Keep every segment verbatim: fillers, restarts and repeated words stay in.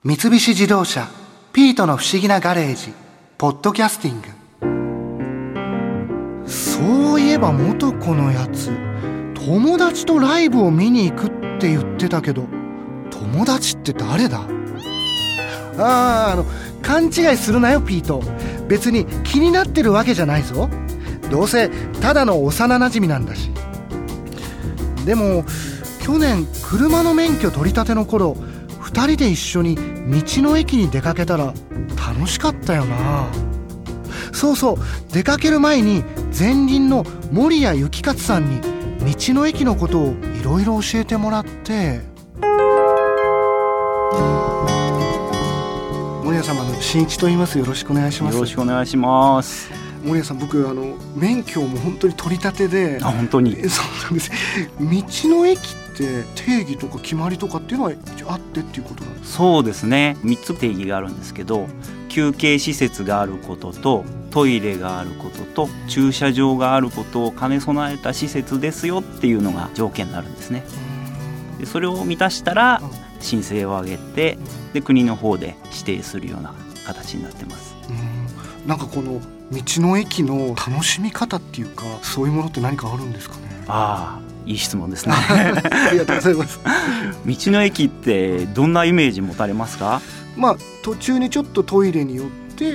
三菱自動車ピートの不思議なガレージポッドキャスティング。そういえば元子のやつ、友達とライブを見に行くって言ってたけど、友達って誰だ？あーあの勘違いするなよピート。別に気になってるわけじゃないぞ。どうせただの幼馴染なんだし。でも去年車の免許取り立ての頃、二人で一緒に道の駅に出かけたら楽しかったよな。そうそう、出かける前に前輪の森谷幸勝さんに道の駅のことをいろいろ教えてもらって。森谷様の新一と言います。よろしくお願いします。 よろしくお願いします。 森谷さん、僕あの免許も本当に取り立てで。 あ、本当に。 そうなんです。道の駅って定義とか決まりとかっていうのはあってっていうことなんですか？ そうですね、みっつ定義があるんですけど、休憩施設があることとトイレがあることと駐車場があることを兼ね備えた施設ですよっていうのが条件になるんですね。でそれを満たしたら申請を挙げて、で国の方で指定するような形になってます。 うん、なんかこの道の駅の楽しみ方っていうか、そういうものって何かあるんですかね？ ああ、いい質問ですね。 ありがとうございます。 道の駅ってどんなイメージ持たれますか？ まあ途中にちょっとトイレに寄って、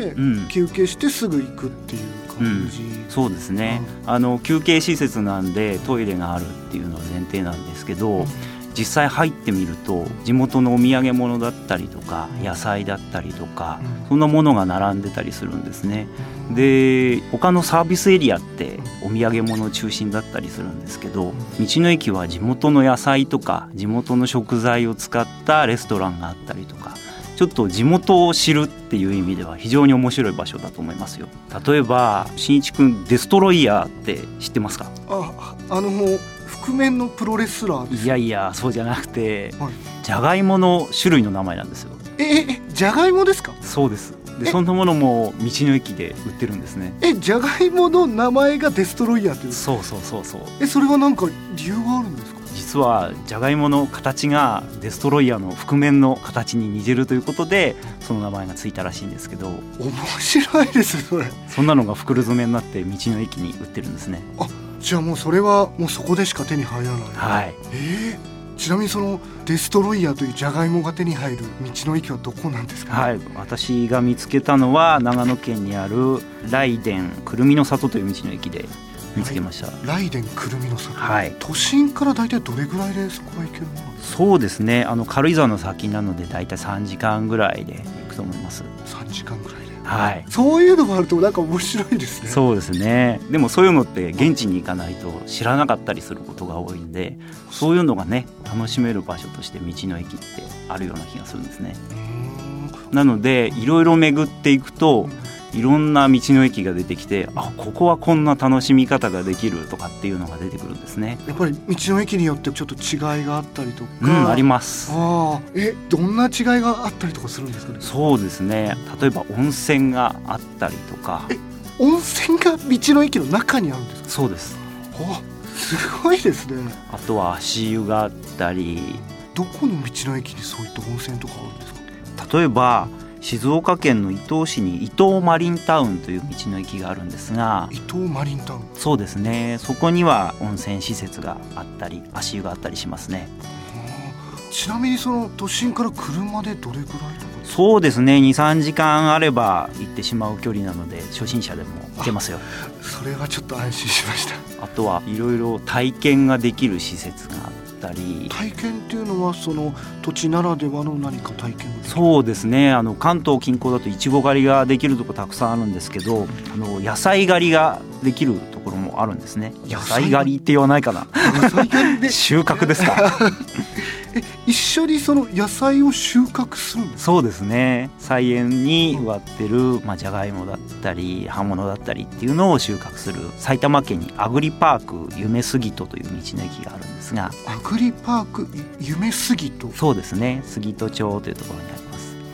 うん、休憩してすぐ行くっていう感じ、 うん、そうですね、うん、あの休憩施設なんでトイレがあるっていうのは前提なんですけど、うん、実際入ってみると地元のお土産物だったりとか野菜だったりとか、うん、そんなものが並んでたりするんですね。で他のサービスエリアってお土産物中心だったりするんですけど、道の駅は地元の野菜とか地元の食材を使ったレストランがあったりとか、ちょっと地元を知るっていう意味では非常に面白い場所だと思いますよ。例えば新一くん、デストロイヤーって知ってますか？ あ、あの覆面のプロレスラーです。 いやいや、そうじゃなくて、はい、じゃがいもの種類の名前なんですよ。 ええ、じゃがいもですか？ そうです。でそんなものも道の駅で売ってるんですね。 え、じゃがいもの名前がデストロイヤーっていう？ そうそうそうそう。 え、それは何か理由があるんですか？ 実はじゃがいもの形がデストロイヤーの覆面の形に似てるということで、その名前がついたらしいんですけど。 面白いですそれ。 そんなのが袋詰めになって道の駅に売ってるんですね。 あ、じゃあもうそれはもうそこでしか手に入らない。 はい。 えーちなみにそのデストロイヤーというじゃがいもが手に入る道の駅はどこなんですかね？ はい、私が見つけたのは長野県にある雷電くるみの里という道の駅で見つけました。 雷電くるみの里、 はい、 都心からだいたいどれぐらいでそこは行けるものなんですか？ そうですね、あの軽井沢の先なのでだいたいさんじかんぐらいで行くと思います。 さんじかんぐらいで、 はい、 そういうのがあるとなんか面白いですね。 そうですね。でもそういうのって現地に行かないと知らなかったりすることが多いんで、そういうのがね楽しめる場所として道の駅ってあるような気がするんですね。なのでいろいろ巡っていくといろんな道の駅が出てきて、あ、ここはこんな楽しみ方ができるとかっていうのが出てくるんですね。 やっぱり道の駅によってちょっと違いがあったりとか、 うん、あります。 あ、え、どんな違いがあったりとかするんですかね？ そうですね、例えば温泉があったりとか。 え、温泉が道の駅の中にあるんですか？ そうです。 あ、すごいですね。 あとは足湯があったり。 どこの道の駅にそういった温泉とかあるんですか？ 例えば静岡県の伊東市に伊東マリンタウンという道の駅があるんですが。 伊東マリンタウン。 そうですね、そこには温泉施設があったり足湯があったりしますね。 ちなみにその都心から車でどれぐらいとか？ そうですね、 にさんじかんあれば行ってしまう距離なので初心者でも行けますよ。 それはちょっと安心しました。 あとはいろいろ体験ができる施設があったり。 体験っていうのはその土地ならではの何か体験ができる？ そうですね、あの関東近郊だといちご狩りができるところたくさんあるんですけど、あの野菜狩りができるところもあるんですね。野菜狩りって言わないかな？ 野菜狩りで収穫ですか？ え、一緒にその野菜を収穫するんですか？ そうですね、菜園に植わってる、まあ、じゃがいもだったり葉物だったりっていうのを収穫する埼玉県にアグリパーク夢杉戸という道の駅があるんですが。 アグリパーク夢杉戸。 そうですね、杉戸町というところにあります。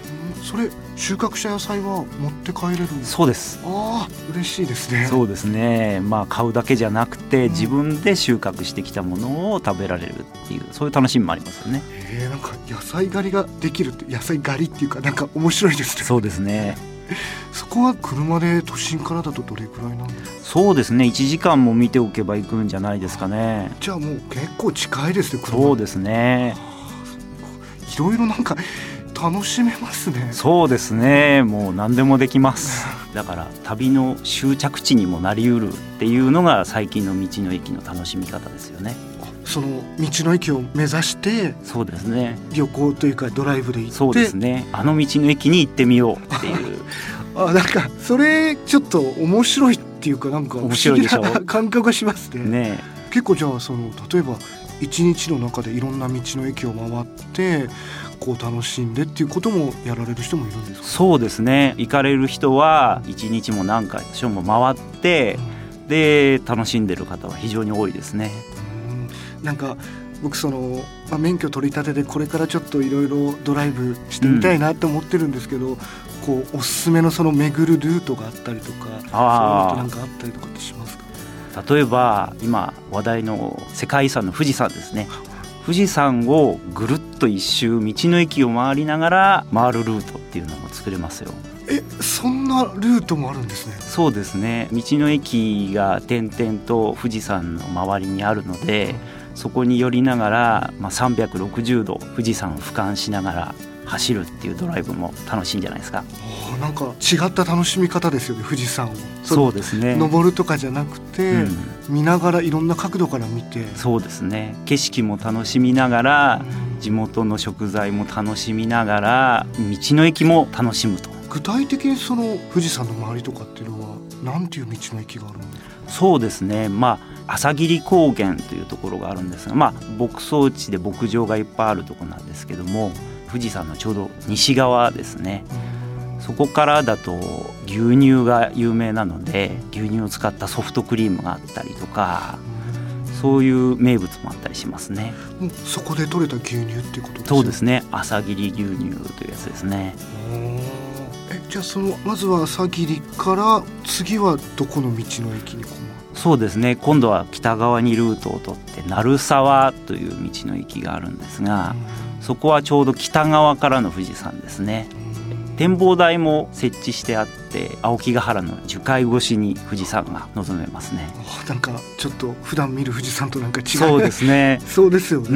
それ収穫した野菜は持って帰れるんですか？ そうです。 ああ、嬉しいですね。 そうですね、まあ、買うだけじゃなくて、うん、自分で収穫してきたものを食べられるっていう、そういう楽しみもありますよね。 へえ、なんか野菜狩りができるって、野菜狩りっていうかなんか面白いですね。 そうですね。 そこは車で都心からだとどれくらいなんですか？ そうですね、いちじかんも見ておけば行くんじゃないですかね。 じゃあもう結構近いですね、車。 そうですね。 いろいろなんか楽しめますね。 そうですね、もう何でもできますだから旅の終着地にもなりうるっていうのが最近の道の駅の楽しみ方ですよね。 その道の駅を目指して、 そうですね、 旅行というかドライブで行って、 そうですね、あの道の駅に行ってみようっていうあ、なんかそれちょっと面白いっていうか、なんか不思議な感覚がします ね, ね結構じゃあ、その例えば一日の中でいろんな道の駅を回ってこう楽しんでっていうこともやられる人もいるんですか？ そうですね、行かれる人は一日も何回しも回って、うん、で楽しんでる方は非常に多いですね。 うん、なんか僕その、まあ、免許取り立てでこれからちょっといろいろドライブしてみたいなと思ってるんですけど、うん、こうおすすめのその巡るルートがあったりとか、 あ、 そういうのってなんかあったりとかってしますか？ 例えば今話題の世界遺産の富士山ですね。富士山をぐるっと一周道の駅を回りながら回るルートっていうのも作れますよ。 え、そんなルートもあるんですね。 そうですね、道の駅が点々と富士山の周りにあるので、そこに寄りながら、まあ、さんびゃくろくじゅうど富士山を俯瞰しながら走るっていうドライブも楽しいんじゃないですか。 なんか違った楽しみ方ですよね、富士山を。 そうですね、 登るとかじゃなくて、うん、見ながらいろんな角度から見て、 そうですね、景色も楽しみながら、うん、地元の食材も楽しみながら道の駅も楽しむと。 具体的にその富士山の周りとかっていうのは何ていう道の駅があるんですか？ そうですね、まあ朝霧高原というところがあるんですが、まあ、牧草地で牧場がいっぱいあるところなんですけども、富士山のちょうど西側ですね。そこからだと牛乳が有名なので、牛乳を使ったソフトクリームがあったりとか、そういう名物もあったりしますね。 もうそこで採れた牛乳っていうことですか？ そうですね、朝霧牛乳というやつですね。 え、じゃあそのまずは朝霧から次はどこの道の駅にこう？ そうですね、今度は北側にルートを取って鳴沢という道の駅があるんですが、そこはちょうど北側からの富士山ですね。展望台も設置してあって、青木ヶ原の樹海越しに富士山が望めますね。 なんかちょっと普段見る富士山となんか違う。 そうですねそうですよね。 うん、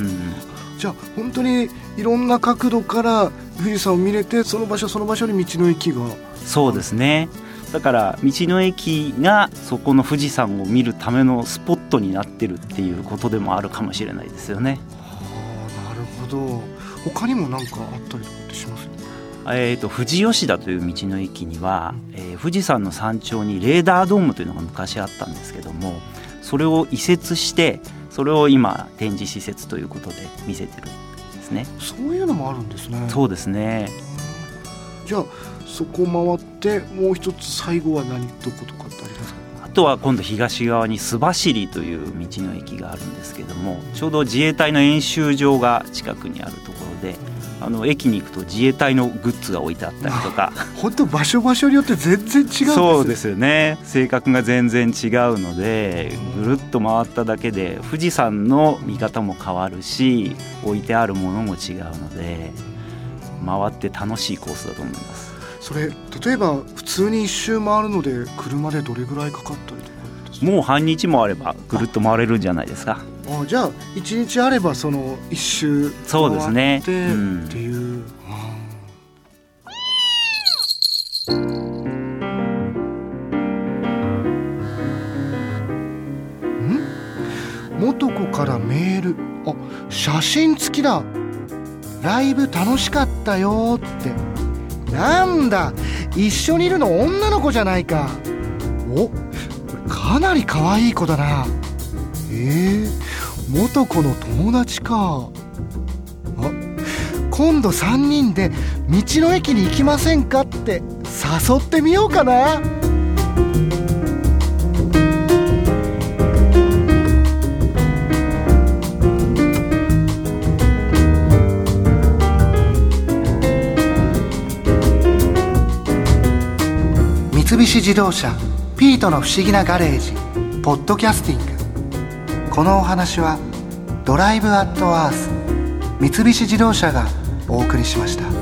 じゃあ本当にいろんな角度から富士山を見れて、その場所その場所に道の駅が。 そうですね、だから道の駅がそこの富士山を見るためのスポットになってるっていうことでもあるかもしれないですよね。 はあ、なるほど。他にも何かあったりとかってします？ えー、と富士吉田という道の駅には、えー、富士山の山頂にレーダードームというのが昔あったんですけども、それを移設して、それを今展示施設ということで見せてるんですね。 そういうのもあるんですね。 そうですね。 じゃあそこ回ってもう一つ最後は何、どことかってありますか？ あとは今度東側に須走という道の駅があるんですけども、ちょうど自衛隊の演習場が近くにあるところで、あの駅に行くと自衛隊のグッズが置いてあったりとか本当場所場所によって全然違うんですよ。 そうですよね、性格が全然違うので、ぐるっと回っただけで富士山の見方も変わるし、置いてあるものも違うので、回って楽しいコースだと思います。 それ例えば普通に一周回るので車でどれぐらいかかったりとかですか？ もう半日もあればぐるっと回れるんじゃないですか。 ああ、じゃあ一日あればその一周回ってそうですね、 っていう、うん、ん？元子からメール。あ、写真付きだ。ライブ楽しかったよって。なんだ、一緒にいるの女の子じゃないか。お、かなり可愛い子だな。えー、元子の友達か。あ、今度さんにんで道の駅に行きませんかって誘ってみようかな。 三菱自動車ピートの不思議なガレージポッドキャスティング。このお話はドライブアットアース三菱自動車がお送りしました。